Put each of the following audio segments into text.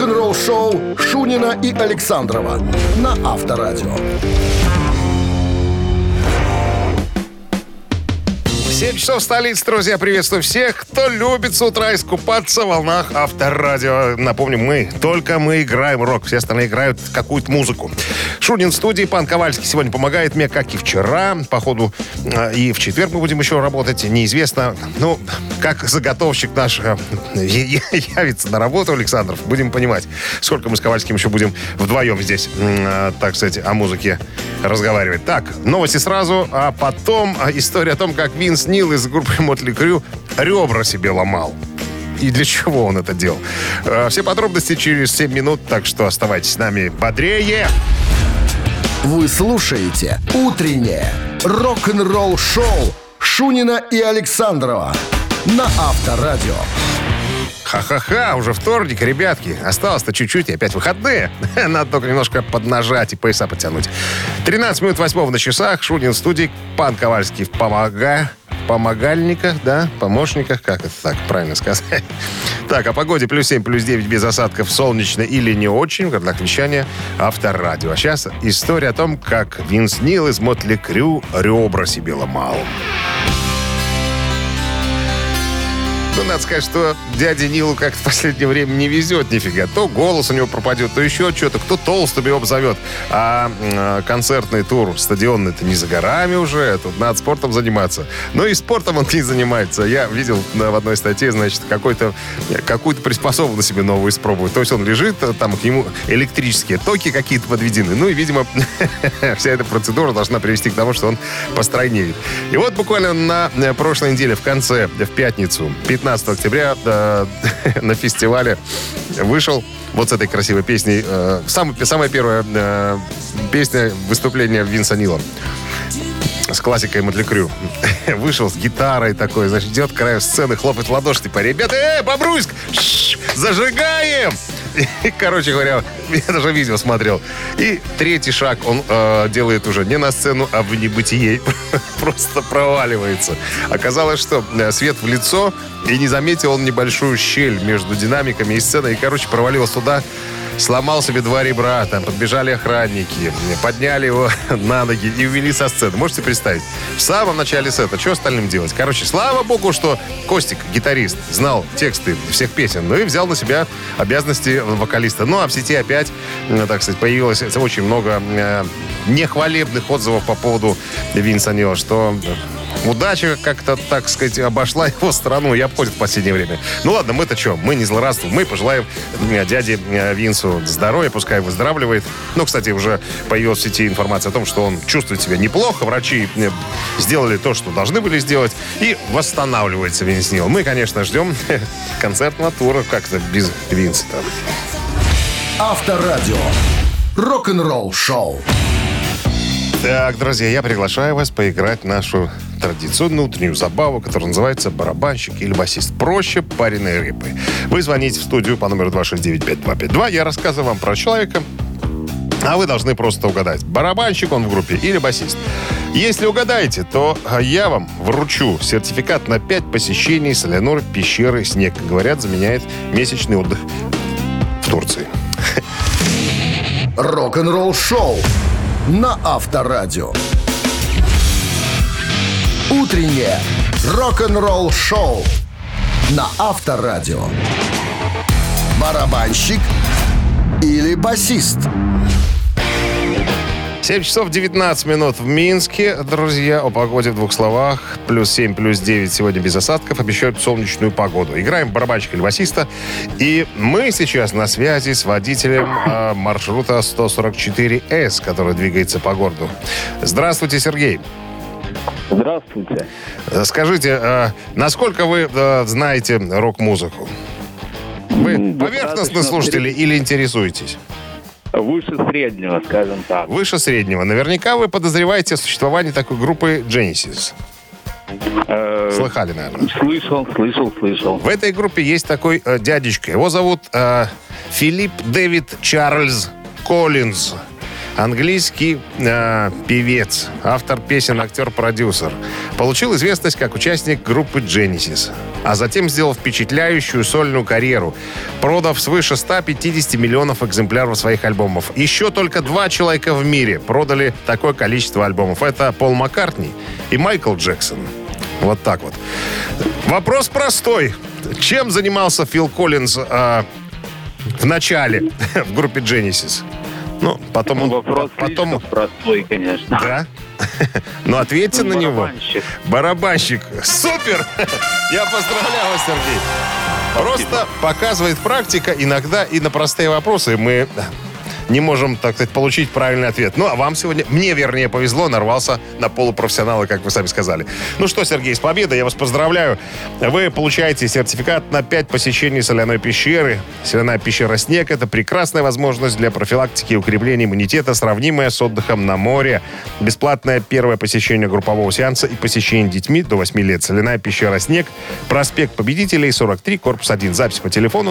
Рок-н-ролл-шоу Шунина и Александрова на Авторадио. 7 часов в столице, друзья. Приветствую всех, кто любит с утра искупаться в волнах Авторадио. Напомню, только мы играем рок. Все остальные играют какую-то музыку. Шунин в студии. Пан Ковальский сегодня помогает мне, как и вчера. Походу, и в четверг мы будем еще работать. Неизвестно, как заготовщик наш явится на работу, Александров. Будем понимать, сколько мы с Ковальским еще будем вдвоем здесь, так сказать, о музыке разговаривать. Так, новости сразу, а потом история о том, как Винс Нил из группы Motley Crue ребра себе ломал. И для чего он это делал? Все подробности через 7 минут, так что оставайтесь с нами бодрее. Вы слушаете «Утреннее рок-н-ролл-шоу» Шунина и Александрова на Авторадио. Ха-ха-ха, уже вторник, ребятки. Осталось-то чуть-чуть, и опять выходные. Надо только немножко поднажать и пояса потянуть. 13 минут 8 на часах. Шунин в студии. Пан Ковальский в помогальниках, да? Помощниках, как это так правильно сказать? Так, о погоде +7, +9 без осадков, солнечно или не очень. Как вещание Авторадио. А сейчас история о том, как Винс Нил из Motley Crue ребра себе ломал. Надо сказать, что дяде Нилу как-то в последнее время не везет нифига. То голос у него пропадет, то еще что-то. Кто толстым его обзовет. А концертный тур стадионный-то не за горами уже. Тут надо спортом заниматься. Но и спортом он не занимается. Я видел в одной статье, значит, какую-то приспособу на себе новую испробует. То есть он лежит, там к нему электрические токи какие-то подведены. Ну и, видимо, вся эта процедура должна привести к тому, что он постройнеет. И вот буквально на прошлой неделе, в пятницу, 15 октября на фестивале вышел вот с этой красивой песней. Самая первая песня выступления Винса Нила с классикой Motley Crue. Вышел с гитарой такой, значит, идет к краю сцены, хлопает в ладоши, типа: ребята, Бобруйск, зажигаем! И, короче говоря, я даже видео смотрел. И третий шаг он делает уже не на сцену, а в небытие. Просто проваливается. Оказалось, что свет в лицо, и не заметил он небольшую щель между динамиками и сценой. И, короче, провалился туда, сломал себе 2 ребра. Там подбежали охранники, подняли его на ноги и увели со сцены. Можете представить? В самом начале сета. Что остальным делать? Короче, слава богу, что Костик, гитарист, знал тексты всех песен, ну и взял на себя обязанности вокалиста. Ну, а в сети опять, так сказать, появилось очень много нехвалебных отзывов по поводу Винса Нила, что удача как-то, так сказать, обошла его страну и обходит в последнее время. Ну ладно, мы-то что? Мы не злорадствуем. Мы пожелаем дяде Винсу здоровья, пускай выздоравливает. Ну, кстати, уже появилась в сети информация о том, что он чувствует себя неплохо. Врачи сделали то, что должны были сделать, и восстанавливается Винс Нил. Мы, конечно, ждем концертного тура. Как-то без Винса-то. Авторадио. Рок-н-ролл шоу. Так, друзья, я приглашаю вас поиграть в нашу традиционную утреннюю забаву, которая называется «Барабанщик или басист». Проще пареной рыбы. Вы звоните в студию по номеру 269-5252. Я рассказываю вам про человека, а вы должны просто угадать, барабанщик он в группе или басист. Если угадаете, то я вам вручу сертификат на 5 посещений соляной пещеры «Снег». Говорят, заменяет месячный отдых в Турции. Рок-н-ролл шоу на Авторадио. Утреннее рок-н-ролл шоу на Авторадио. Барабанщик или басист? 7 часов 19 минут в Минске. Друзья, о погоде в 2 словах. +7, +9 сегодня без осадков. Обещают солнечную погоду. Играем барабанщика или басиста. И мы сейчас на связи с водителем маршрута 144С, который двигается по городу. Здравствуйте, Сергей. Здравствуйте. Скажите, насколько вы знаете рок-музыку? Вы поверхностный слушатель или интересуетесь? Выше среднего, скажем так. Выше среднего. Наверняка вы подозреваете о существовании такой группы Genesis. Слыхали, наверное. Слышал. В этой группе есть такой дядечка. Его зовут Филипп Дэвид Чарльз Коллинз. Английский певец, автор песен, актер-продюсер. Получил известность как участник группы Genesis, а затем сделал впечатляющую сольную карьеру, продав свыше 150 миллионов экземпляров своих альбомов. Еще только 2 человека в мире продали такое количество альбомов. Это Пол Маккартни и Майкл Джексон. Вот так вот. Вопрос простой. Чем занимался Фил Коллинз в начале в группе Genesis? Ну, потом он... Вопрос слишком простой, конечно. Да? Ну, ответьте на него. Барабанщик. Барабанщик. Супер! Я поздравляю вас, Сергей. Просто показывает практика, иногда и на простые вопросы мы не можем, так сказать, получить правильный ответ. Ну, а вам сегодня, мне, вернее, повезло, нарвался на полупрофессионала, как вы сами сказали. Ну что, Сергей, с победой, я вас поздравляю. Вы получаете сертификат на 5 посещений соляной пещеры. Соляная пещера «Снег» — это прекрасная возможность для профилактики и укрепления иммунитета, сравнимая с отдыхом на море. Бесплатное первое посещение группового сеанса и посещение детьми до 8 лет. Соляная пещера «Снег», проспект Победителей, 43, корпус 1. Запись по телефону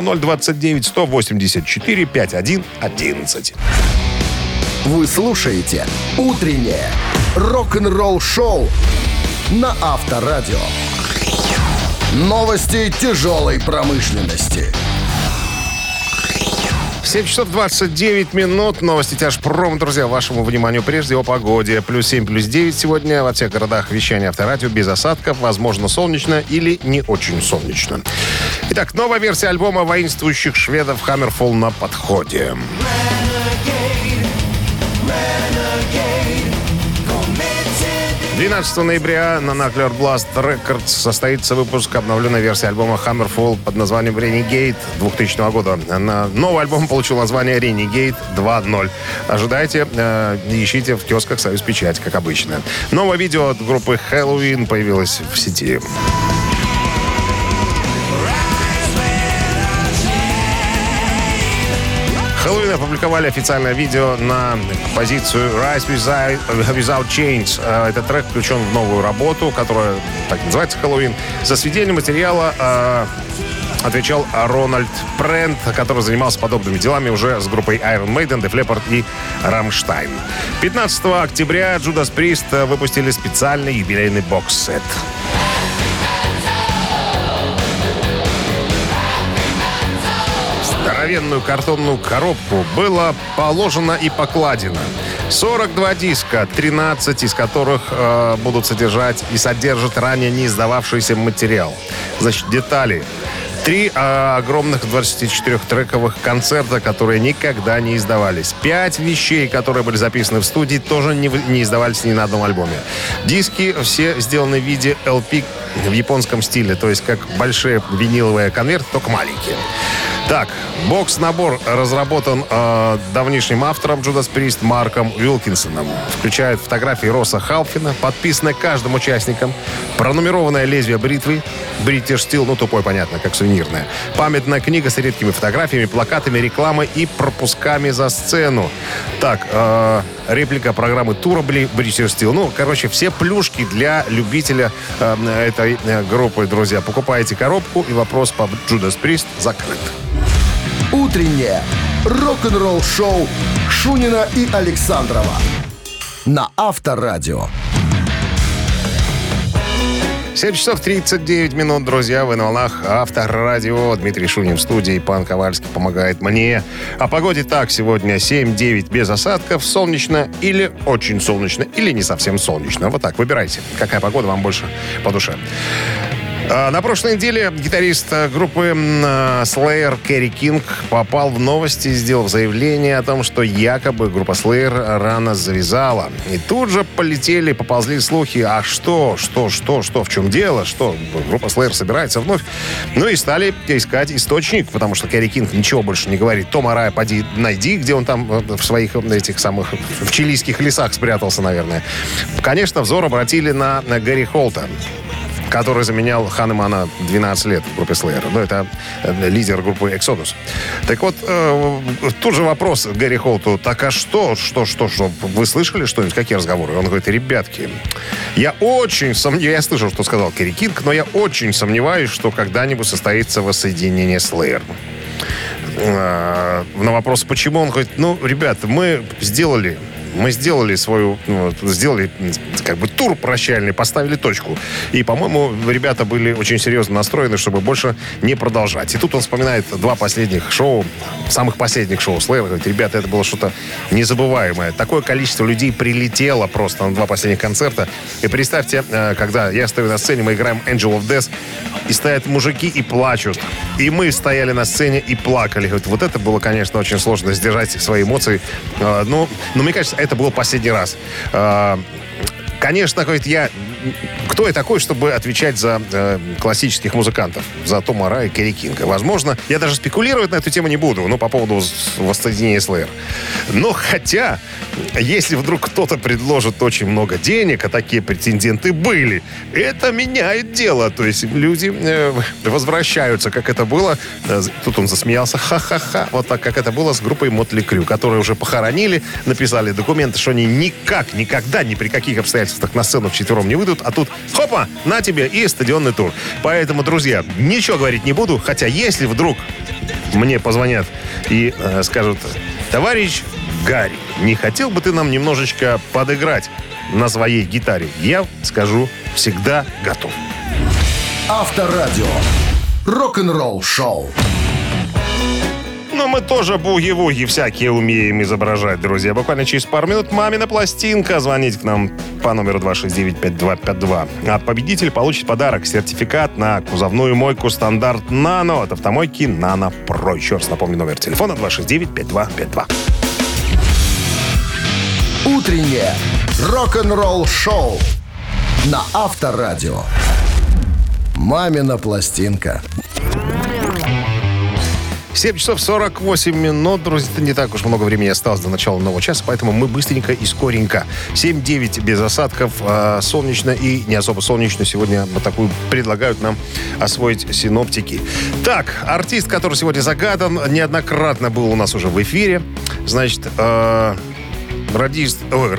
029-184-5111. Вы слушаете «Утреннее рок-н-ролл-шоу» на Авторадио. Новости тяжелой промышленности. 7 часов 29 минут. Новости Тяжпром, друзья, вашему вниманию прежде о погоде. +7, +9 сегодня во всех городах вещания Авторадио без осадков. Возможно, солнечно или не очень солнечно. Итак, новая версия альбома воинствующих шведов Hammerfall на подходе. 12 ноября на Nuclear Blast Records состоится выпуск обновленной версии альбома Hammerfall под названием Renegade 2000 года. Новый альбом получил название Renegade 2.0. Ожидайте, ищите в киосках «Союз Печать», как обычно. Новое видео от группы Halloween появилось в сети. Halloween опубликовали официальное видео на позицию Rise Without Chains. Этот трек включен в новую работу, которая так и называется Halloween. За сведение материала отвечал Рональд Прент, который занимался подобными делами уже с группой Iron Maiden, Def Leppard и Rammstein. 15 октября Judas Priest выпустили специальный юбилейный бокс-сет. Здоровенную картонную коробку было положено и покладено 42 диска, 13 из которых будут содержать и содержат ранее не издававшийся материал. Значит, детали. 3 огромных 24-трековых концерта, которые никогда не издавались. 5 вещей, которые были записаны в студии, тоже не издавались ни на одном альбоме. Диски все сделаны в виде LP в японском стиле, то есть как большие виниловые конверты, только маленькие. Так, бокс-набор разработан давнишним автором Judas Priest Марком Уилкинсоном. Включает фотографии Росса Халфина, подписанные каждым участником, пронумерованное лезвие бритвы, British Steel, ну, тупой, понятно, как сувенирная, памятная книга с редкими фотографиями, плакатами, рекламой и пропусками за сцену. Так, реплика программы тура British Steel. Ну, короче, все плюшки для любителя этой группы, друзья. Покупаете коробку, и вопрос по Judas Priest закрыт. Утреннее рок-н-ролл-шоу Шунина и Александрова на Авторадио. 7 часов 39 минут, друзья. Вы на волнах Авторадио. Дмитрий Шунин в студии. Пан Ковальский помогает мне. О погоде так сегодня. 7-9 без осадков. Солнечно или очень солнечно, или не совсем солнечно. Вот так, выбирайте, какая погода вам больше по душе. На прошлой неделе гитарист группы Slayer Керри Кинг попал в новости и сделал заявление о том, что якобы группа Slayer рано завязала. И тут же поползли слухи, а что, в чем дело, что группа Slayer собирается вновь. Ну и стали искать источник, потому что Керри Кинг ничего больше не говорит. Том Арая, поди найди, где он там в своих этих самых, в чилийских лесах спрятался, наверное. Конечно, взор обратили на Гэри Холта, который заменял Ханемана 12 лет в группе Slayer. Ну, это лидер группы Exodus. Так вот, тут же вопрос Гэри Холту. Так а что? Вы слышали что-нибудь? Какие разговоры? Он говорит, ребятки, я очень сомневаюсь. Я слышал, что сказал Керри Кинг, но я очень сомневаюсь, что когда-нибудь состоится воссоединение Slayer. На вопрос, почему, он говорит, ну, ребята, мы сделали мы сделали как бы тур прощальный, поставили точку. И, по-моему, ребята были очень серьезно настроены, чтобы больше не продолжать. И тут он вспоминает 2 последних шоу, самых последних шоу Slayer. Говорит, ребята, это было что-то незабываемое. Такое количество людей прилетело просто на 2 последних концерта. И представьте, когда я стою на сцене, мы играем Angel of Death, и стоят мужики и плачут. И мы стояли на сцене и плакали. Говорит, вот это было, конечно, очень сложно сдержать свои эмоции. Но мне кажется, это был последний раз. Конечно, говорит, кто я такой, чтобы отвечать за классических музыкантов, за Тома Арая и Керри Кинга? Возможно, я даже спекулировать на эту тему не буду, по поводу воссоединения Slayer. Но хотя, если вдруг кто-то предложит очень много денег, а такие претенденты были, это меняет дело. То есть люди возвращаются, как это было. Тут он засмеялся, ха-ха-ха. Вот так, как это было с группой Мотли Крю, которые уже похоронили, написали документы, что они никогда, ни при каких обстоятельствах на сцену вчетвером не выйдут, а тут хопа, на тебе и стадионный тур. Поэтому, друзья, ничего говорить не буду, хотя если вдруг мне позвонят и скажут, товарищ Гарри, не хотел бы ты нам немножечко подыграть на своей гитаре? Я скажу, всегда готов. Авторадио. Рок-н-ролл шоу. Но мы тоже буги-вуги всякие умеем изображать, друзья. Буквально через пару минут «Мамина пластинка». Звоните к нам по номеру 269-5252. А победитель получит подарок. Сертификат на кузовную мойку «Стандарт Нано» от автомойки «Нано Про». Еще раз напомню, номер телефона 269-5252. Утреннее рок-н-ролл шоу на Авторадио. «Мамина пластинка». 7 часов 48 минут, друзья. Не так уж много времени осталось до начала нового часа, поэтому мы быстренько и скоренько. 7-9 без осадков, солнечно и не особо солнечно. Сегодня вот такую предлагают нам освоить синоптики. Так, артист, который сегодня загадан, неоднократно был у нас уже в эфире. Значит, артист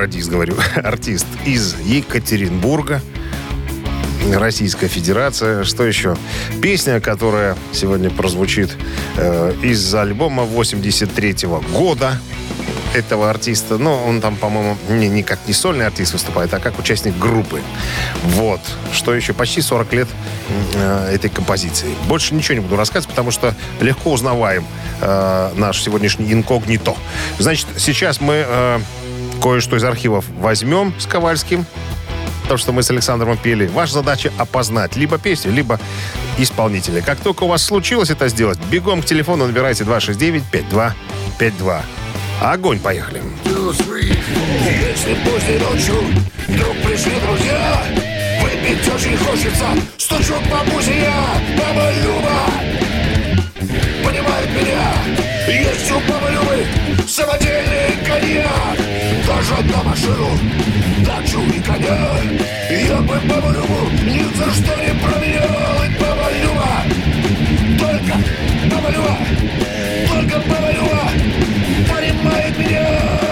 из Екатеринбурга. Российская Федерация. Что еще? Песня, которая сегодня прозвучит из альбома 83-го года этого артиста. Он там, по-моему, не как не сольный артист выступает, а как участник группы. Вот. Что еще? Почти 40 лет этой композиции. Больше ничего не буду рассказывать, потому что легко узнаваем наш сегодняшний инкогнито. Значит, сейчас мы кое-что из архивов возьмем с Ковальским. То, что мы с Александром пели. Ваша задача опознать либо песню, либо исполнителя. Как только у вас случилось это сделать, бегом к телефону набирайте 269-5252. Огонь, поехали. Если поздней ночью вдруг пришли друзья, выпить очень хочется, стучу по бузе я, баба Люба понимает меня. Есть у бабы Любы самодельный коньяк, даже на машину, дачу и коня. Я бы бабу Любу ни за что не променял. И баба Люба, только баба Люба, только баба Люба понимает меня.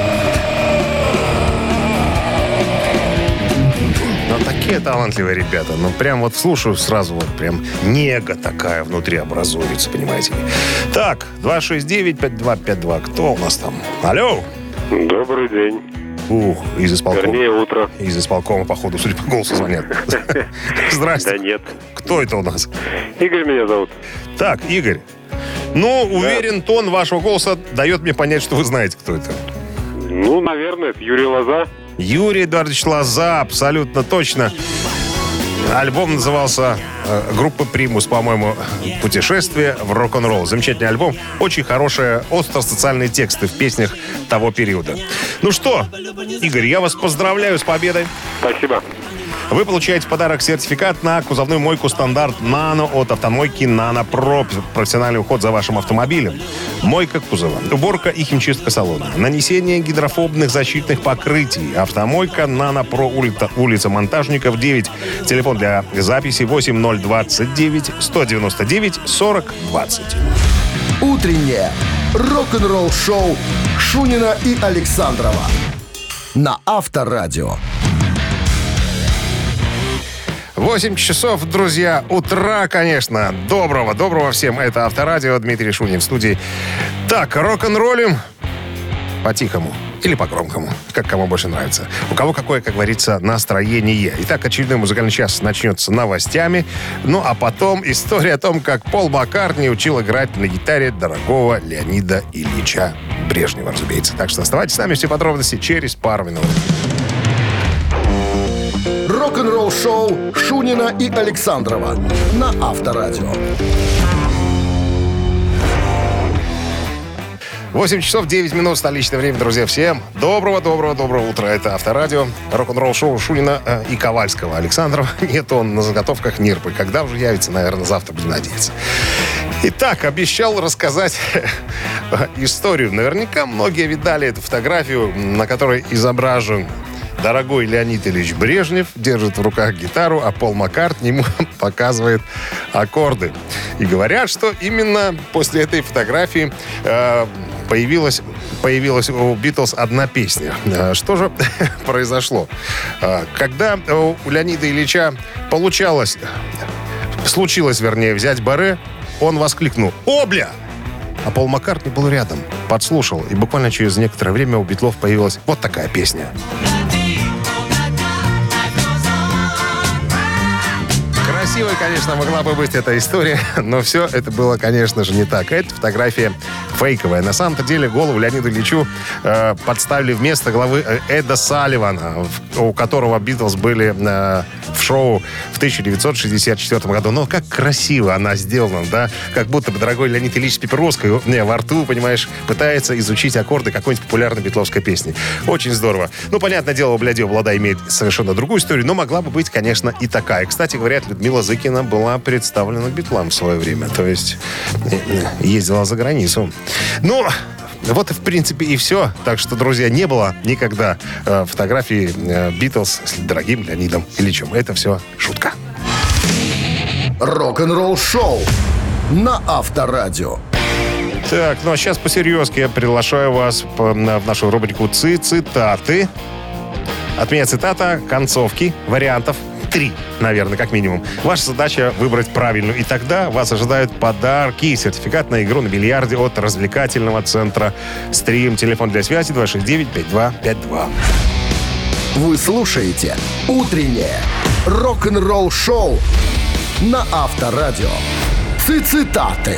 Такие талантливые ребята. Прям вот слушаю сразу, прям нега такая внутри образуется, понимаете ли. Так, 269-5252. Кто у нас там? Алло. Добрый день. Из исполкома. Вернее, утро. Из исполкома, походу, судя по голосу звонят. Здрасте. Да нет. Кто это у нас? Игорь меня зовут. Так, Игорь. Уверен, тон вашего голоса дает мне понять, что вы знаете, кто это. Наверное, это Юрий Лоза. Юрий Эдуардович Лоза, абсолютно точно. Альбом назывался группы «Примус», по-моему, «Путешествие в рок-н-ролл». Замечательный альбом. Очень хорошие остро-социальные тексты в песнях того периода. Ну что, Игорь, я вас поздравляю с победой. Спасибо. Вы получаете в подарок сертификат на кузовную мойку «Стандарт Нано» от автомойки «Нано Про». Профессиональный уход за вашим автомобилем. Мойка кузова, уборка и химчистка салона, нанесение гидрофобных защитных покрытий. Автомойка «Нано Про», улица Монтажников, 9. Телефон для записи 8029-199-40-20. Утреннее рок-н-ролл-шоу Шунина и Александрова на Авторадио. 8 часов, друзья, утра, конечно. Доброго всем. Это Авторадио, Дмитрий Шунин в студии. Так, рок-н-роллим по-тихому. Или по-громкому, как кому больше нравится. У кого какое, как говорится, настроение. Итак, очередной музыкальный час начнется новостями. Ну, а потом история о том, как Пол Маккартни учил играть на гитаре дорогого Леонида Ильича Брежнева, разумеется. Так что оставайтесь с нами, все подробности через пару минут. Рок-н-ролл-шоу Шунина и Александрова на Авторадио. 8 часов 9 минут, столичное время, друзья. Всем доброго утра. Это Авторадио, рок-н-ролл-шоу Шунина и Ковальского. Александрова нет, он на заготовках нерпы. Когда уже явится, наверное, завтра, будем надеяться. Итак, обещал рассказать историю. Наверняка многие видали эту фотографию, на которой изображен дорогой Леонид Ильич Брежнев, держит в руках гитару, а Пол Маккартни ему показывает аккорды. И говорят, что именно после этой фотографии появилась у Битлз одна песня. Что же произошло? Когда у Леонида Ильича случилось, взять баре, он воскликнул: «О, бля!» А Пол Маккартни был рядом, подслушал, и буквально через некоторое время у Битлов появилась вот такая песня. Красивой, конечно, могла бы быть эта история, но все это было, конечно же, не так. Эта фотография фейковая. На самом-то деле голову Леониду Ильичу подставили вместо главы Эда Салливана, у которого Битлз были в шоу в 1964 году. Но как красиво она сделана, да? Как будто бы дорогой Леонид Ильич с папироской во рту, понимаешь, пытается изучить аккорды какой-нибудь популярной битловской песни. Очень здорово. Ну, понятное дело, «Бля-ди, облада» имеет совершенно другую историю, но могла бы быть, конечно, и такая. Кстати, говорят, Людмила Зыкина была представлена Битлам в свое время. То есть ездила за границу. Ну, вот, в принципе, и все. Так что, друзья, не было никогда фотографии Битлз с дорогим Леонидом Ильичем. Это все шутка. Рок-н-ролл-шоу на Авторадио. Так, ну а сейчас по-серьезки я приглашаю вас в нашу рубрику «Цитаты». От меня цитата, концовки, вариантов 3, наверное, как минимум. Ваша задача выбрать правильную, и тогда вас ожидают подарки. Сертификат на игру на бильярде от развлекательного центра «Стрим». Телефон для связи 269-5252. Вы слушаете «Утреннее рок-н-ролл-шоу» на Авторадио. Цитаты.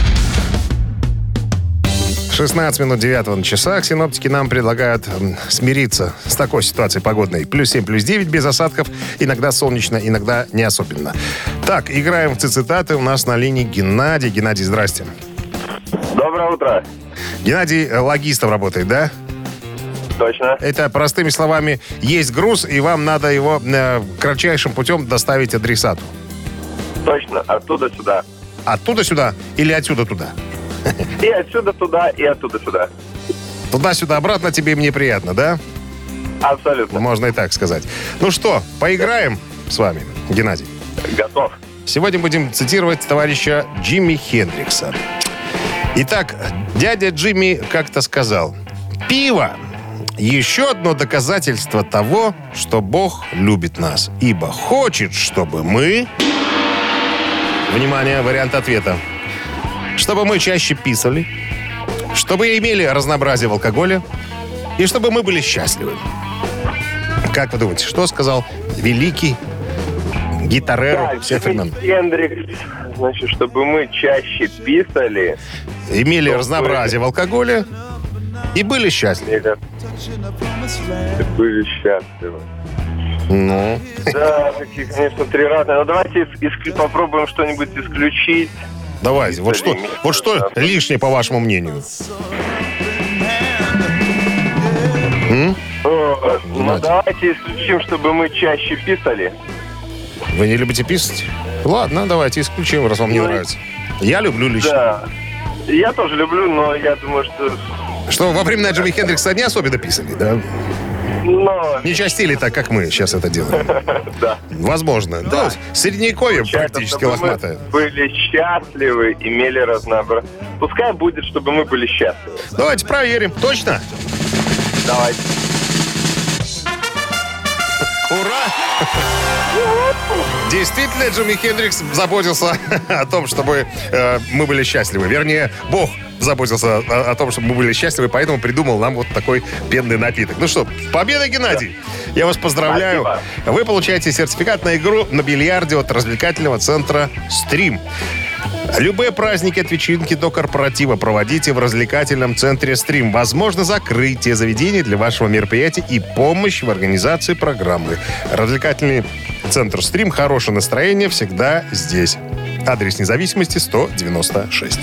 16 минут 9 на часах. Синоптики нам предлагают смириться с такой ситуацией погодной. +7, +9 без осадков. Иногда солнечно, иногда не особенно. Так, играем в цитаты. У нас на линии Геннадий. Геннадий, здрасте. Доброе утро. Геннадий логистом работает, да? Точно. Это, простыми словами, есть груз, и вам надо его кратчайшим путем доставить адресату. Точно. Оттуда сюда. Оттуда сюда или отсюда туда? И отсюда туда, и оттуда сюда. Туда-сюда, обратно тебе и мне приятно, да? Абсолютно. Можно и так сказать. Ну что, поиграем с вами, Геннадий? Готов. Сегодня будем цитировать товарища Джимми Хендрикса. Итак, дядя Джимми как-то сказал: «Пиво – еще одно доказательство того, что Бог любит нас, ибо хочет, чтобы мы...» Внимание, вариант ответа. Чтобы мы чаще писали, чтобы имели разнообразие в алкоголе и чтобы мы были счастливы. Как вы думаете, что сказал великий гитареро всех времен? Хендрикс, значит, чтобы мы чаще писали. Имели разнообразие в алкоголе и были счастливы. Были счастливы. Ну, Да, такие, конечно, 3 разные. Но давайте попробуем что-нибудь исключить. давайте. Вот что лишнее, по вашему мнению? Ну, давайте исключим, чтобы мы чаще писали. Вы не любите писать? Ладно, давайте исключим, раз вам не нравится. Я люблю лично. Да. Я тоже люблю, но я думаю, что... Что, во времена Джимми Хендрикса не особенно писали, да? Но... Не частили так, как мы сейчас это делаем. Да. Возможно. Да. Средневековье практически чтобы лохматое. мы были счастливы, имели разнообразие. Пускай будет, чтобы мы были счастливы. Давайте проверим. Точно? Давайте. Ура! Действительно, Джимми Хендрикс заботился о том, чтобы мы были счастливы. Вернее, Бог заботился о том, чтобы мы были счастливы, поэтому придумал нам вот такой пенный напиток. Ну что, победа, Геннадий! Я вас поздравляю. Спасибо. Вы получаете сертификат на игру на бильярде от развлекательного центра «Стрим». Любые праздники от вечеринки до корпоратива проводите в развлекательном центре «Стрим». Возможно закрытие заведений для вашего мероприятия и помощь в организации программы. Развлекательный центр «Стрим». Хорошее настроение всегда здесь. Адрес Независимости 196.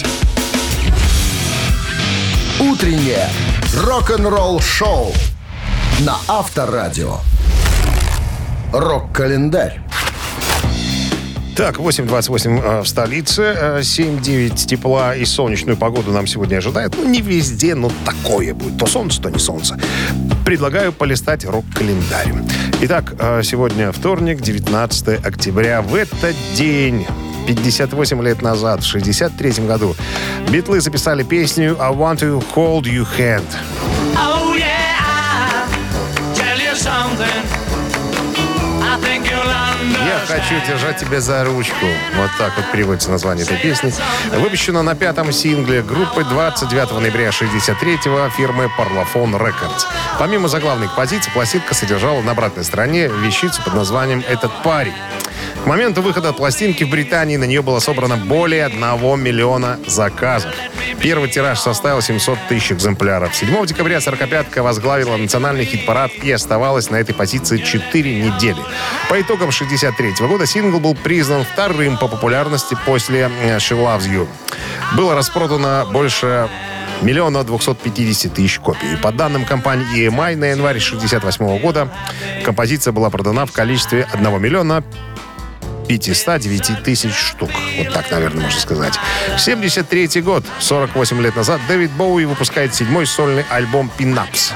Утреннее рок-н-ролл-шоу на Авторадио. Рок-календарь. Так, 8:28 в столице, 7-9 тепла и солнечную погоду нам сегодня ожидает. Ну, не везде, но такое будет. То солнце, то не солнце. Предлагаю полистать рок-календарь. Итак, сегодня вторник, 19 октября. В этот день, 58 лет назад, в 1963 году, Битлы записали песню «I want to hold your hand». Oh yeah, I'll tell you something. I think you'll «Я хочу держать тебя за ручку». Вот так вот переводится название этой песни. Выпущена на 5-м сингле группы 29 ноября 1963-го фирмы Parlophone Records. Помимо заглавной композиции, пластинка содержала на обратной стороне вещицу под названием «Этот парень». К моменту выхода пластинки в Британии на нее было собрано более 1 миллиона заказов. Первый тираж составил 700 тысяч экземпляров. 7 декабря 45-ка возглавила национальный хит-парад и оставалась на этой позиции 4 недели. По итогам 1963 года сингл был признан вторым по популярности после «She Loves You». Было распродано больше 1 250 000 копий. По данным компании EMI, на январь 1968 года композиция была продана в количестве 1 509 000 штук. Вот так, наверное, можно сказать. 1973 год, 48 лет назад, Дэвид Боуи выпускает 7-й сольный альбом «Pin-Ups».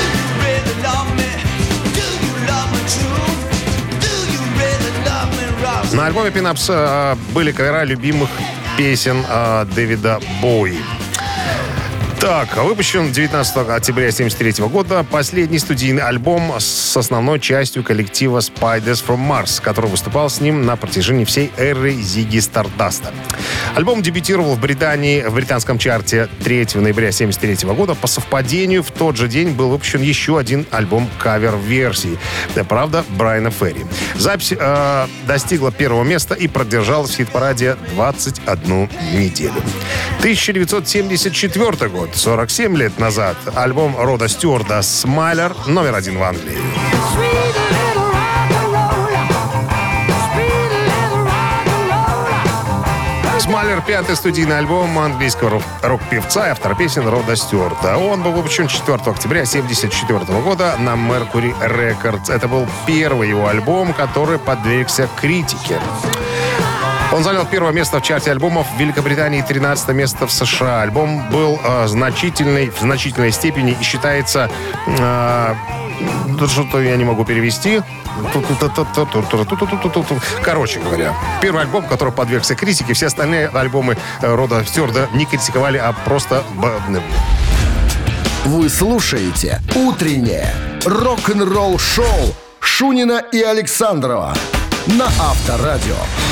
На альбоме «Pin-Ups» были кавера любимых песен Дэвида Боуи. Так, выпущен 19 октября 1973 года последний студийный альбом с основной частью коллектива Spiders from Mars, который выступал с ним на протяжении всей эры Зигги Стардаста. Альбом дебютировал в Британии в британском чарте 3 ноября 1973 года. По совпадению, в тот же день был выпущен еще один альбом кавер-версии. Правда, Брайана Ферри. Запись достигла 1-го места и продержалась в хит-параде 21 неделю. 1974 год. 47 лет назад альбом Рода Стюарда «Смайлер» номер 1 в Англии. «Смайлер» — 5-й студийный альбом английского рок-певца и автора песен Рода Стюарта. Он был выпущен 4 октября 1974 года на Mercury Records. Это был первый его альбом, который подвергся критике. Он занял 1-е место в чарте альбомов в Великобритании и 13-е место в США. Альбом был в значительной степени и считается... что-то я не могу перевести. Короче говоря, первый альбом, который подвергся критике. Все остальные альбомы Рода Стюарда не критиковали, а просто... Вы слушаете «Утреннее рок-н-ролл-шоу» Шунина и Александрова на Авторадио.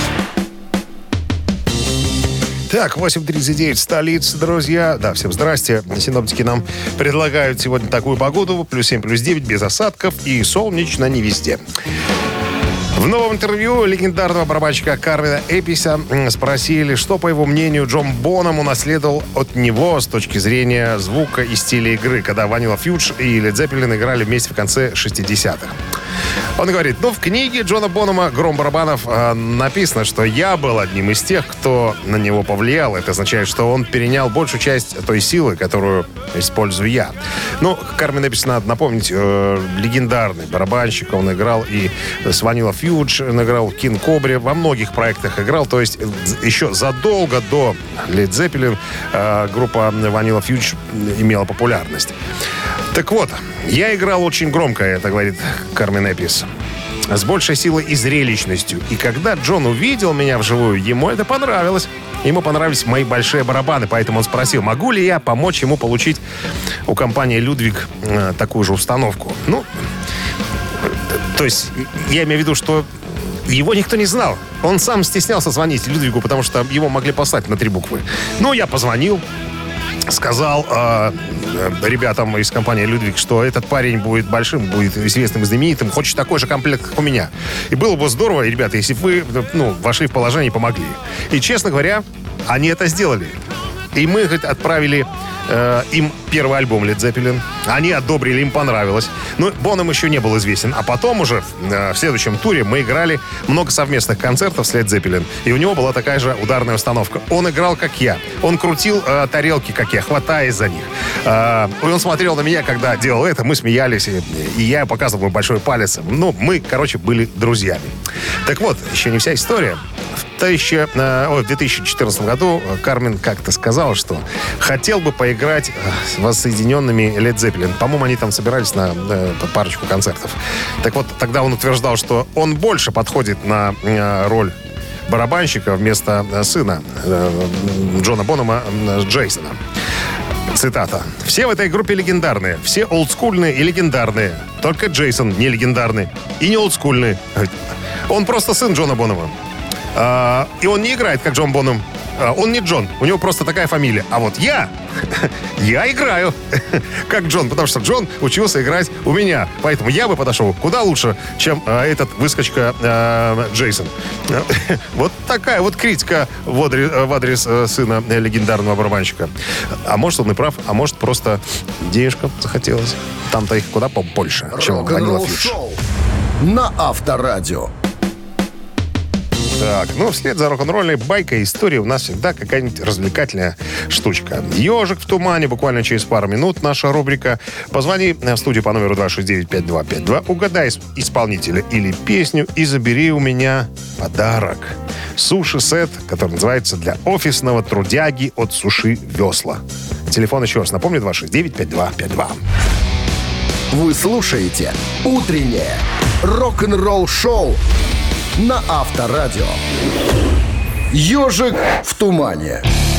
Так, 8:39 столица, друзья. Да, всем здрасте. Синоптики нам предлагают сегодня такую погоду. +7, +9, без осадков и солнечно не везде. В новом интервью легендарного барабанщика Кармина Эписа спросили, что, по его мнению, Джон Бонхэм унаследовал от него с точки зрения звука и стиля игры, когда Vanilla Fudge и Led Zeppelin играли вместе в конце 60-х. Он говорит, в книге Джона Бонхэма «Гром барабанов» написано, что я был одним из тех, кто на него повлиял. Это означает, что он перенял большую часть той силы, которую использую я. Кармин Эпис, надо напомнить, легендарный барабанщик. Он играл и с Vanilla Fudge, он играл в King Cobra, во многих проектах играл. То есть еще задолго до Led Zeppelin группа Vanilla Fudge имела популярность. Так вот, я играл очень громко, это говорит Кармин Эпис, с большей силой и зрелищностью. И когда Джон увидел меня вживую, ему это понравилось. Ему понравились мои большие барабаны, поэтому он спросил, могу ли я помочь ему получить у компании «Людвиг» такую же установку. То есть, я имею в виду, что его никто не знал. Он сам стеснялся звонить Людвигу, потому что его могли послать на 3 буквы. Ну, я позвонил, сказал ребятам из компании «Людвиг», что этот парень будет большим, будет известным и знаменитым, хочет такой же комплект, как у меня. И было бы здорово, ребята, если бы вы вошли в положение и помогли. И, честно говоря, они это сделали. И мы отправили им первый альбом Led Zeppelin. Они одобрили, им понравилось. Но Бонем еще не был известен. А потом уже в следующем туре мы играли много совместных концертов с Led Zeppelin. И у него была такая же ударная установка. Он играл, как я. Он крутил тарелки, как я, хватаясь за них. И он смотрел на меня, когда делал это. Мы смеялись. И я показывал ему большой палец. Ну, мы, короче, были друзьями. Так вот, еще не вся история. В 2014 году Кармен как-то сказал, что хотел бы поиграть с воссоединенными Led Zeppelin. По-моему, они там собирались на парочку концертов. Так вот, тогда он утверждал, что он больше подходит на роль барабанщика вместо сына Джона Бонема, Джейсона. Цитата. «Все в этой группе легендарные. Все олдскульные и легендарные. Только Джейсон не легендарный. И не олдскульный. Он просто сын Джона Бонема. И он не играет, как Джон Бонем. Он не Джон, у него просто такая фамилия. А вот я играю как Джон, потому что Джон учился играть у меня. Поэтому я бы подошел куда лучше, чем этот выскочка Джейсон». Вот такая вот критика в адрес сына легендарного барабанщика. А может, он и прав, а может, просто денежка захотелось. Там-то их куда побольше, чем Ванила Фьюдж. На Авторадио. Так, вслед за рок-н-ролльной байкой истории у нас всегда какая-нибудь развлекательная штучка. «Ежик в тумане». Буквально через пару минут наша рубрика. Позвони в студию по номеру 269-5252, угадай исполнителя или песню и забери у меня подарок. Суши-сет, который называется «Для офисного трудяги» от Суши Весла. Телефон еще раз напомню, 269-5252. Вы слушаете «Утреннее рок-н-ролл-шоу» на Авторадио. «Ежик в тумане».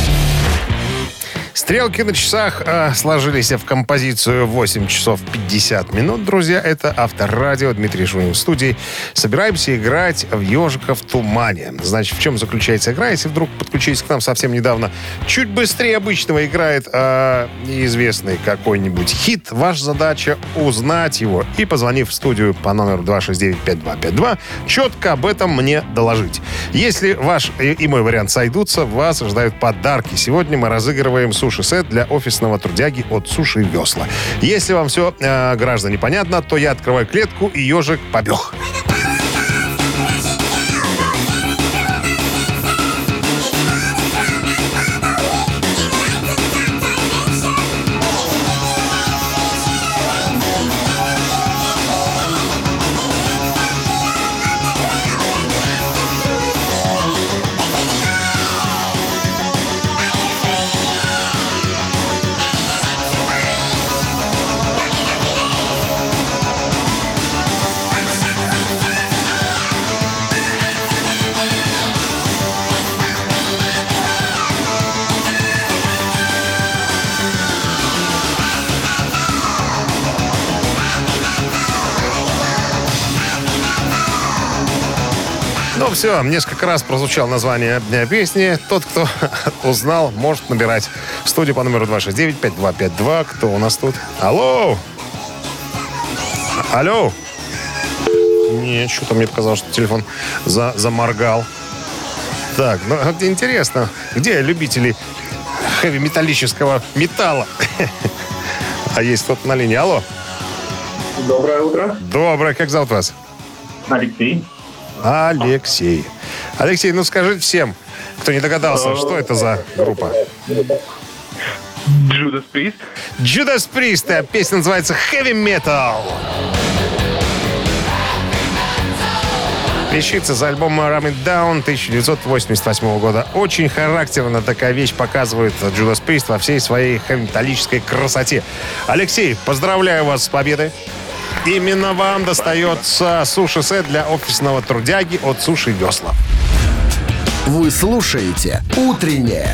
Стрелки на часах сложились в композицию 8 часов 50 минут. Друзья, это Авторадио. Дмитрий Шунин в студии. Собираемся играть в «Ежика в тумане». Значит, в чем заключается игра? Если вдруг подключились к нам совсем недавно, чуть быстрее обычного играет неизвестный какой-нибудь хит. Ваша задача узнать его и, позвонив в студию по номеру 269-5252, четко об этом мне доложить. Если ваш и мой вариант сойдутся, вас ожидают подарки. Сегодня мы разыгрываем суши-сет для офисного трудяги от Суши Весла. Если вам все, граждане, понятно, то я открываю клетку, и ежик побег. Все, несколько раз прозвучало название песни. Тот, кто узнал, может набирать в студию по номеру 269-5252. Кто у нас тут? Алло! Алло! Нет, что-то мне показалось, что телефон заморгал. Так, интересно, где любители хэви-металлического металла? А есть кто-то на линии. Алло! Доброе утро. Доброе. Как зовут вас? Алексей. Алексей, скажите всем, кто не догадался, что это за группа? Judas Priest. Judas Priest. Песня называется Heavy Metal. Вещица за альбомом Ram It Down 1988 года. Очень характерно такая вещь показывает Judas Priest во всей своей хэви-металлической красоте. Алексей, поздравляю вас с победой. Именно вам достается суши-сет для офисного трудяги от Суши Весла. Вы слушаете «Утреннее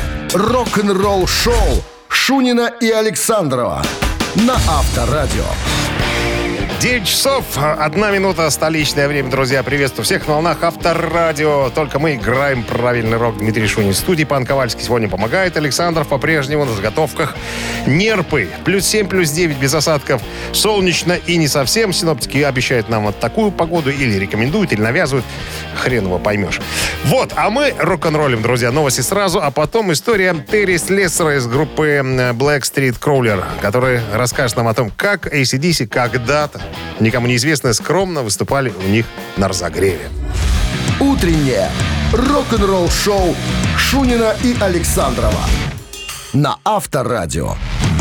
рок-н-ролл-шоу» Шунина и Александрова на Авторадио. 9 часов, 1 минута, столичное время, друзья. Приветствую всех на волнах Авторадио. Только мы играем правильный рок. Дмитрий Шунин в студии. Пан Ковальский сегодня помогает. Александров по-прежнему на заготовках. Нерпы. +7, +9, без осадков. Солнечно и не совсем. Синоптики обещают нам вот такую погоду. Или рекомендуют, или навязывают. Хрен его поймешь. Вот, а мы рок-н-роллим, друзья. Новости сразу, а потом история Терри Слессера из группы Blackstreet Crawler, который расскажет нам о том, как AC/DC когда-то, никому неизвестно, скромно выступали у них на разогреве. Утреннее рок-н-ролл-шоу Шунина и Александрова на Авторадио.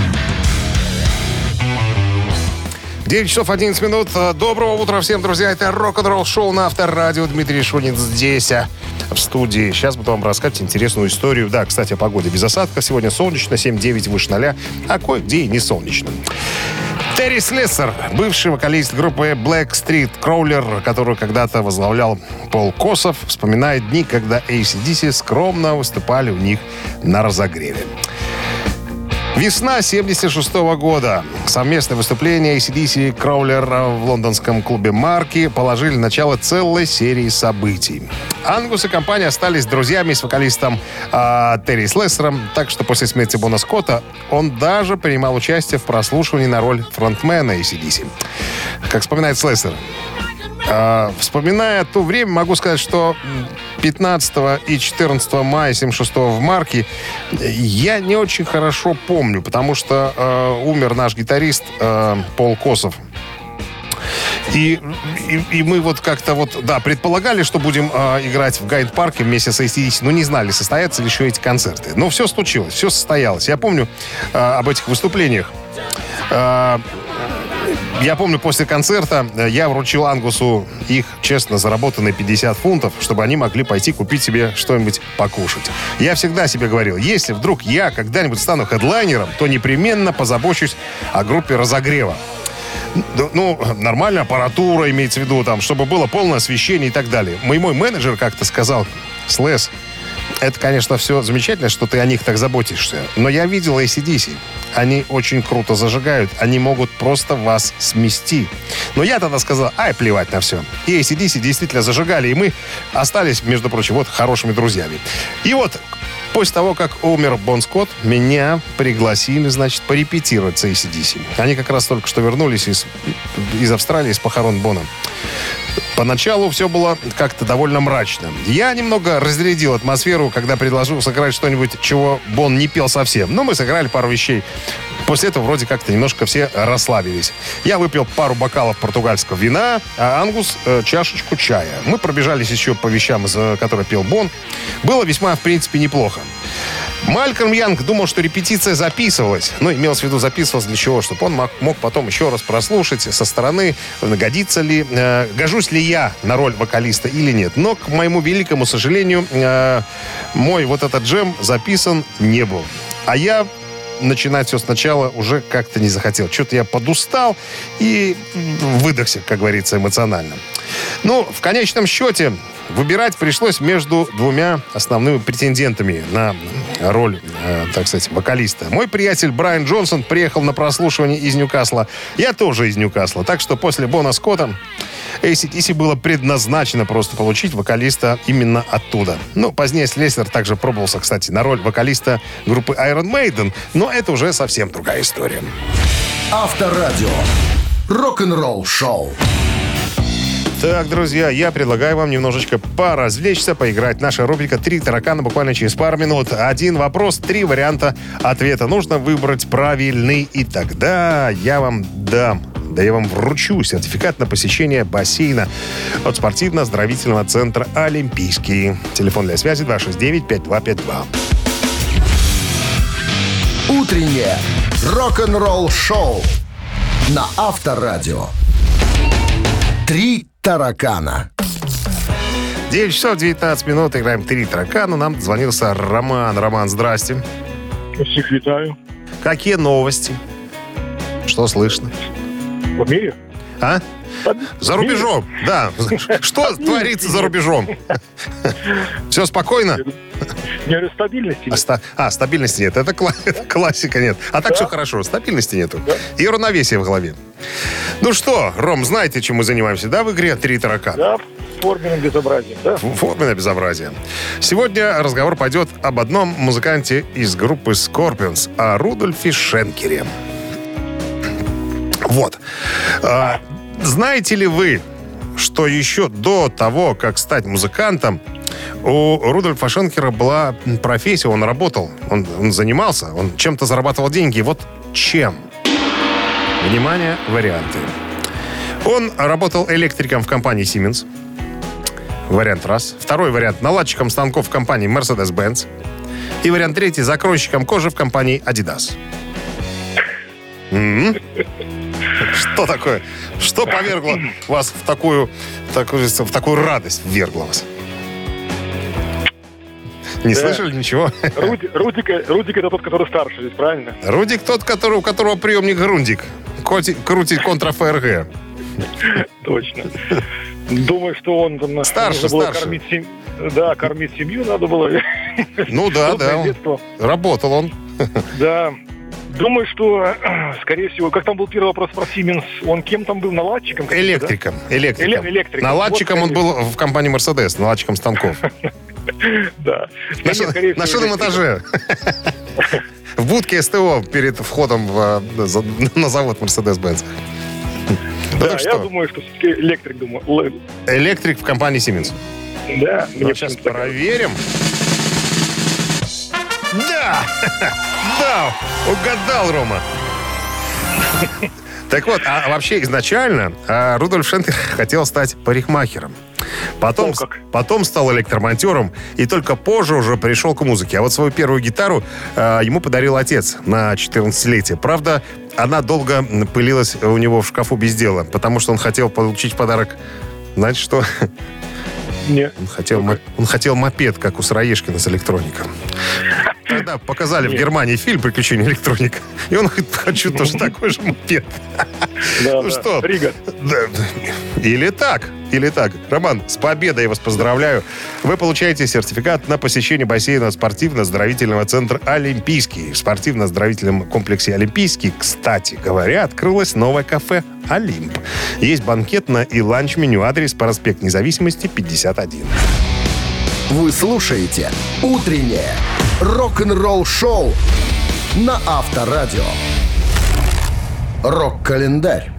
9 часов 11 минут. Доброго утра всем, друзья. Это рок-н-ролл шоу на Авторадио. Дмитрий Шунин здесь, в студии. Сейчас буду вам рассказать интересную историю. Да, кстати, о погоде. Без осадков. Сегодня солнечно, 7-9 выше 0, а кое-где и не солнечно. Терри Слессер, бывший вокалист группы Blackstreet Crawler, которую когда-то возглавлял Пол Косов, вспоминает дни, когда AC/DC скромно выступали у них на разогреве. Весна 76 года. Совместное выступление AC/DC и Crawler в лондонском клубе «Марки» положили начало целой серии событий. Ангус и компания остались друзьями с вокалистом Терри Слессером, так что после смерти Бона Скотта он даже принимал участие в прослушивании на роль фронтмена AC/DC. Как вспоминает Слессер, вспоминая то время, могу сказать, что 15 и 14 мая 76 в Марке я не очень хорошо помню, потому что умер наш гитарист Пол Косов. И мы вот как-то вот, да, предполагали, что будем играть в Гайд-парке вместе с AC/DC, но не знали, состоятся ли еще эти концерты. Но все случилось, все состоялось. Я помню об этих выступлениях. Я помню, после концерта я вручил Ангусу их честно заработанные 50 фунтов, чтобы они могли пойти купить себе что-нибудь покушать. Я всегда себе говорил, если вдруг я когда-нибудь стану хедлайнером, то непременно позабочусь о группе разогрева. Ну, нормальная аппаратура, имеется в виду, там, чтобы было полное освещение и так далее. Мой менеджер как-то сказал: Слэс, это, конечно, все замечательно, что ты о них так заботишься, но я видел AC/DC. Они очень круто зажигают, они могут просто вас смести. Но я тогда сказал, плевать на все. И AC/DC действительно зажигали, и мы остались, между прочим, вот хорошими друзьями. И вот после того, как умер Бон Скотт, меня пригласили, значит, порепетировать с AC/DC. Они как раз только что вернулись из Австралии, из похорон Бона. Поначалу все было как-то довольно мрачно. Я немного разрядил атмосферу, когда предложил сыграть что-нибудь, чего Бон не пел совсем. Но мы сыграли пару вещей. После этого вроде как-то немножко все расслабились. Я выпил пару бокалов португальского вина, а Ангус чашечку чая. Мы пробежались еще по вещам, которые пел Бон. Было весьма, в принципе, неплохо. Малькольм Янг думал, что репетиция записывалась. Ну, имелось в виду, записывалась для чего? Чтобы он мог потом еще раз прослушать со стороны, гожусь ли я на роль вокалиста или нет. Но, к моему великому сожалению, мой вот этот джем записан не был. А я начинать все сначала уже как-то не захотел. Что-то я подустал и выдохся, как говорится, эмоционально. Ну, в конечном счете, выбирать пришлось между двумя основными претендентами на роль, так сказать, вокалиста. Мой приятель Брайан Джонсон приехал на прослушивание из Ньюкасла. Я тоже из Ньюкасла. Так что после Бона Скотта AC/DC было предназначено просто получить вокалиста именно оттуда. Ну, позднее Слессер также пробовался, кстати, на роль вокалиста группы Iron Maiden, но это уже совсем другая история. Авторадио. Рок-н-ролл шоу. Так, друзья, я предлагаю вам немножечко поразвлечься, поиграть. Наша рубрика «Три таракана» буквально через пару минут. Один вопрос, 3 варианта ответа. Нужно выбрать правильный, и тогда я вам дам. Да я вам вручу сертификат на посещение бассейна от спортивно-оздоровительного центра «Олимпийский». Телефон для связи 269-5252. Утреннее рок-н-ролл шоу на Авторадио. 3 таракана. 9 часов 19 минут. Играем «Три таракана». Нам дозвонился Роман. Роман, здрасте. Всех вітаю. Какие новости? Что слышно? В мире? А? За рубежом, да. Что творится за рубежом? Все спокойно? Нет, стабильности. Стабильности нет. Это классика нет. А так все хорошо. Стабильности нету. И равновесия в голове. Ну что, Ром, знаете, чем мы занимаемся, да, в игре «Три таракана»? Да, форменным безобразием, да? Форменное безобразие. Сегодня разговор пойдет об одном музыканте из группы Scorpions, о Рудольфе Шенкере. Вот. Знаете ли вы, что еще до того, как стать музыкантом, у Рудольфа Шенкера была профессия, он работал, он занимался, он чем-то зарабатывал деньги. Вот чем? Внимание, варианты. Он работал электриком в компании Siemens. Вариант раз. Второй вариант — наладчиком станков в компании Mercedes-Benz. И вариант третий — закройщиком кожи в компании Adidas. Что такое? Что повергло вас в такую радость, ввергло вас? Не слышали ничего? Рудик это тот, который старше здесь, правильно? Рудик тот, у которого приемник Грундик. Крутит контра-ФРГ. Точно. Думаю, что он там... Старше. Кормить семью надо было. Ну да. Работал он. Да. Думаю, что, скорее всего, как там был первый вопрос про Siemens, он кем там был, наладчиком? Электриком. Электриком. Наладчиком вот, он был в компании Mercedes, наладчиком станков. Да. На шестом этаже. В будке СТО перед входом на завод Mercedes-Benz. Да, я думаю, что все-таки электрик, Электрик в компании Siemens. Да. Сейчас проверим. Да, угадал, Рома. Так вот, а вообще изначально Рудольф Шенкер хотел стать парикмахером. Потом стал электромонтером и только позже уже пришел к музыке. А вот свою первую гитару ему подарил отец на 14-летие. Правда, она долго пылилась у него в шкафу без дела, потому что он хотел получить в подарок, знаете что? Нет. Он хотел мопед, как у Сыроежкина с электроником. Тогда показали в Германии фильм «Приключения электроника». И он говорит, хочу тоже такой же мопед. Да, ну что? Рига. Или так. Роман, с победой я вас поздравляю. Вы получаете сертификат на посещение бассейна спортивно-оздоровительного центра «Олимпийский». В спортивно-оздоровительном комплексе «Олимпийский», кстати говоря, открылось новое кафе «Олимп». Есть банкетное и ланч-меню. Адрес: проспект Независимости, 51. Вы слушаете «Утреннее рок-н-ролл-шоу» на Авторадио. Рок-календарь.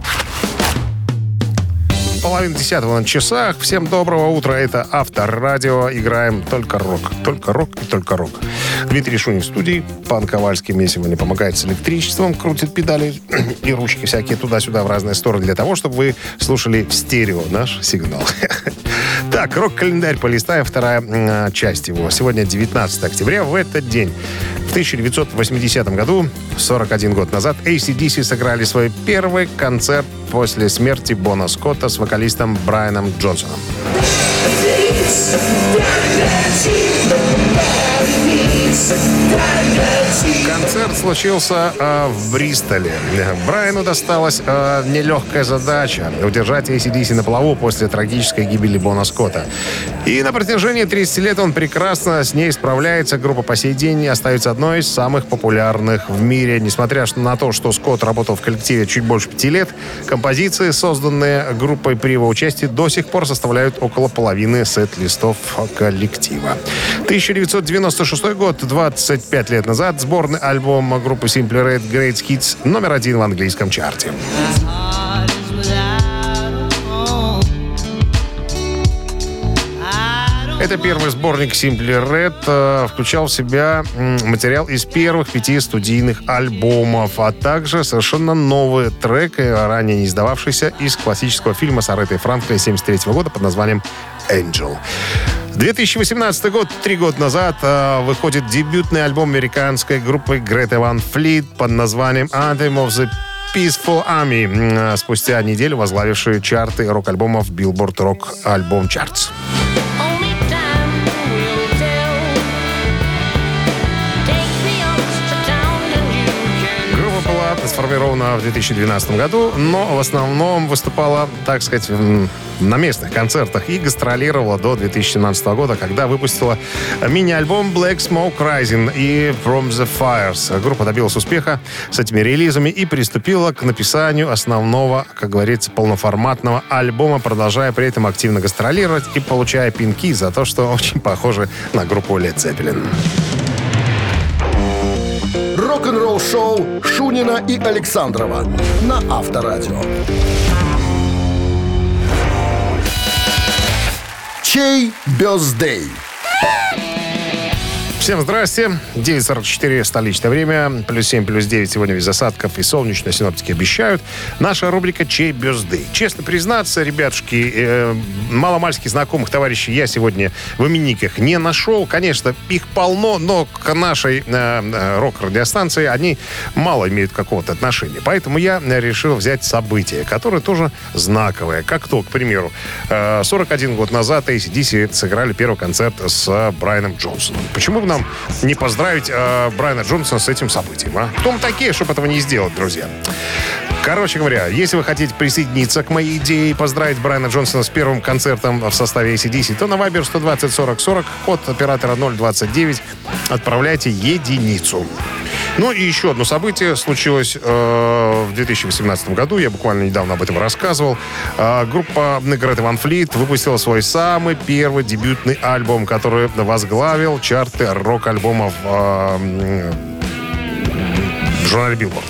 9:30 на часах. Всем доброго утра. Это Авторадио. Играем только рок. Только рок и только рок. Дмитрий Шунин в студии. Пан Ковальский мне сегодня помогает с электричеством. Крутит педали и ручки всякие туда-сюда в разные стороны для того, чтобы вы слушали в стерео наш сигнал. Так, рок-календарь полистаем. Вторая часть его. Сегодня 19 октября. В этот день, в 1980 году, 41 год назад, AC/DC сыграли свой первый концерт после смерти Бона Скотта с вокалистом Брайаном Джонсоном. Концерт случился в Бристоле. Брайану досталась нелегкая задача — удержать AC/DC на плаву после трагической гибели Бона Скотта. И на протяжении 30 лет он прекрасно с ней справляется. Группа по сей день остается одной из самых популярных в мире. Несмотря на то, что Скотт работал в коллективе чуть больше 5 лет, композиции, созданные группой при его участии, до сих пор составляют около половины сет-листов коллектива. 1996 год, 25 лет назад, сборный альбом группы Simply Red Great Hits номер 1 в английском чарте. Это первый сборник Simply Red, включал в себя материал из первых 5 студийных альбомов, а также совершенно новый трек, ранее не издававшийся, из классического фильма с Аретой Франклин 1973 года под названием «Angel». 2018 год, 3 года назад, выходит дебютный альбом американской группы Greta Van Fleet под названием «Anthem of the Peaceful Army», спустя неделю возглавивший чарты рок-альбомов Billboard Rock Album Charts. сформирована в 2012 году, но в основном выступала, так сказать, на местных концертах и гастролировала до 2017 года, когда выпустила мини-альбом Black Smoke Rising и From the Fires. Группа добилась успеха с этими релизами и приступила к написанию основного, как говорится, полноформатного альбома, продолжая при этом активно гастролировать и получая пинки за то, что очень похожи на группу Led Zeppelin. Рок-н-ролл-шоу Шунина и Александрова на Авторадио. Чей бёздей? Всем здрасте. 9:44 столичное время. +7, +9 сегодня без осадков и солнечно. Синоптики обещают. Наша рубрика «Чей бёздей?». Честно признаться, ребятушки, маломальски знакомых товарищей я сегодня в именинниках не нашел. Конечно, их полно, но к нашей рок-радиостанции они мало имеют какого-то отношения. Поэтому я решил взять событие, которое тоже знаковое. Как то, к примеру, 41 год назад AC/DC сыграли первый концерт с Брайаном Джонсоном. Почему бы нам не поздравить Брайана Джонсона с этим событием, а? Кто мы такие, чтобы этого не сделать, друзья? Короче говоря, если вы хотите присоединиться к моей идее и поздравить Брайана Джонсона с первым концертом в составе AC/DC, то на Viber 120 40 40, код оператора 029, отправляйте единицу. Ну и еще одно событие случилось в 2018 году. Я буквально недавно об этом рассказывал. Группа Грета Ван Флит выпустила свой самый первый дебютный альбом, который возглавил чарты рок-альбомов в журнале Billboard.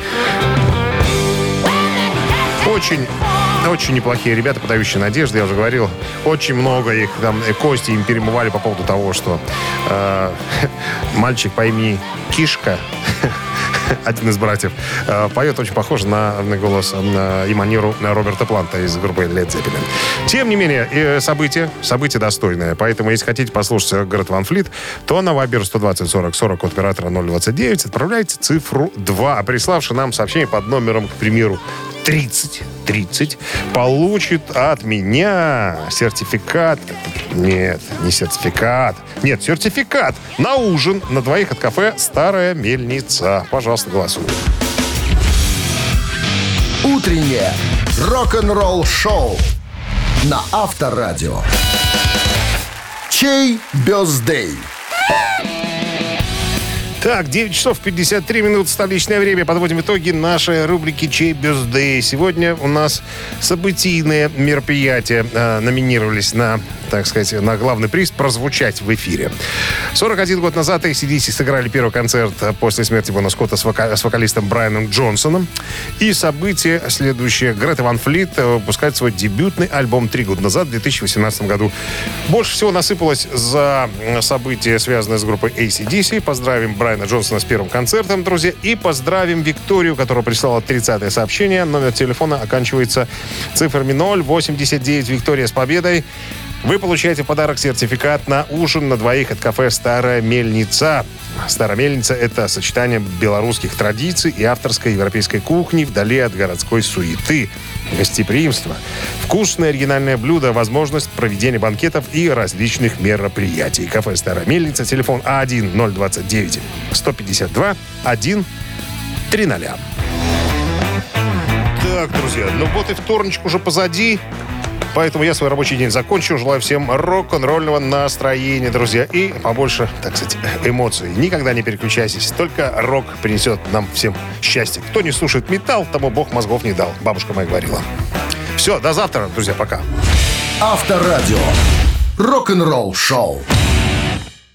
Очень неплохие ребята, подающие надежды, я уже говорил. Очень много их, там, кости им перемывали по поводу того, что мальчик по имени Кишка, один из братьев, поет очень похоже на голос и манеру Роберта Планта из группы Led Zeppelin. Тем не менее, событие достойное. Поэтому, если хотите послушать Грет Ван Флит, то на Viber 120 40 40 от оператора 029 отправляйте цифру 2. А приславший нам сообщение под номером, к примеру, 3030 получит от меня сертификат. Нет, не сертификат. Нет, сертификат на ужин на двоих от кафе «Старая мельница». Пожалуйста, голосуй. Утреннее рок-н-ролл-шоу на Авторадио. Чей бёздей? Так, 9 часов 53 минут столичное время. Подводим итоги нашей рубрики «Чей бёздей?». Сегодня у нас событийные мероприятия номинировались на, так сказать, на главный приз прозвучать в эфире. 41 год назад AC/DC сыграли первый концерт после смерти Бона Скотта с вокалистом Брайаном Джонсоном. И событие следующее. Грета Ван Флит выпускает свой дебютный альбом 3 года назад, в 2018 году. Больше всего насыпалось за события, связанные с группой AC/DC. Поздравим Брайана Джонсона с первым концертом, друзья. И поздравим Викторию, которая прислала 30-е сообщение. Номер телефона оканчивается цифрами 089. Виктория, с победой! Вы получаете в подарок сертификат на ужин на двоих от кафе «Старая мельница». «Старая мельница» — это сочетание белорусских традиций и авторской европейской кухни вдали от городской суеты. Гостеприимство, вкусное оригинальное блюдо, возможность проведения банкетов и различных мероприятий. Кафе «Старая мельница», телефон 1-029 152 130. Так, друзья, ну вот и вторничек уже позади. Поэтому я свой рабочий день закончу. Желаю всем рок-н-ролльного настроения, друзья. И побольше, так сказать, эмоций. Никогда не переключайтесь. Только рок принесет нам всем счастье. Кто не слушает металл, тому Бог мозгов не дал. Бабушка моя говорила. Все, до завтра, друзья. Пока. Авторадио. Рок-н-ролл шоу.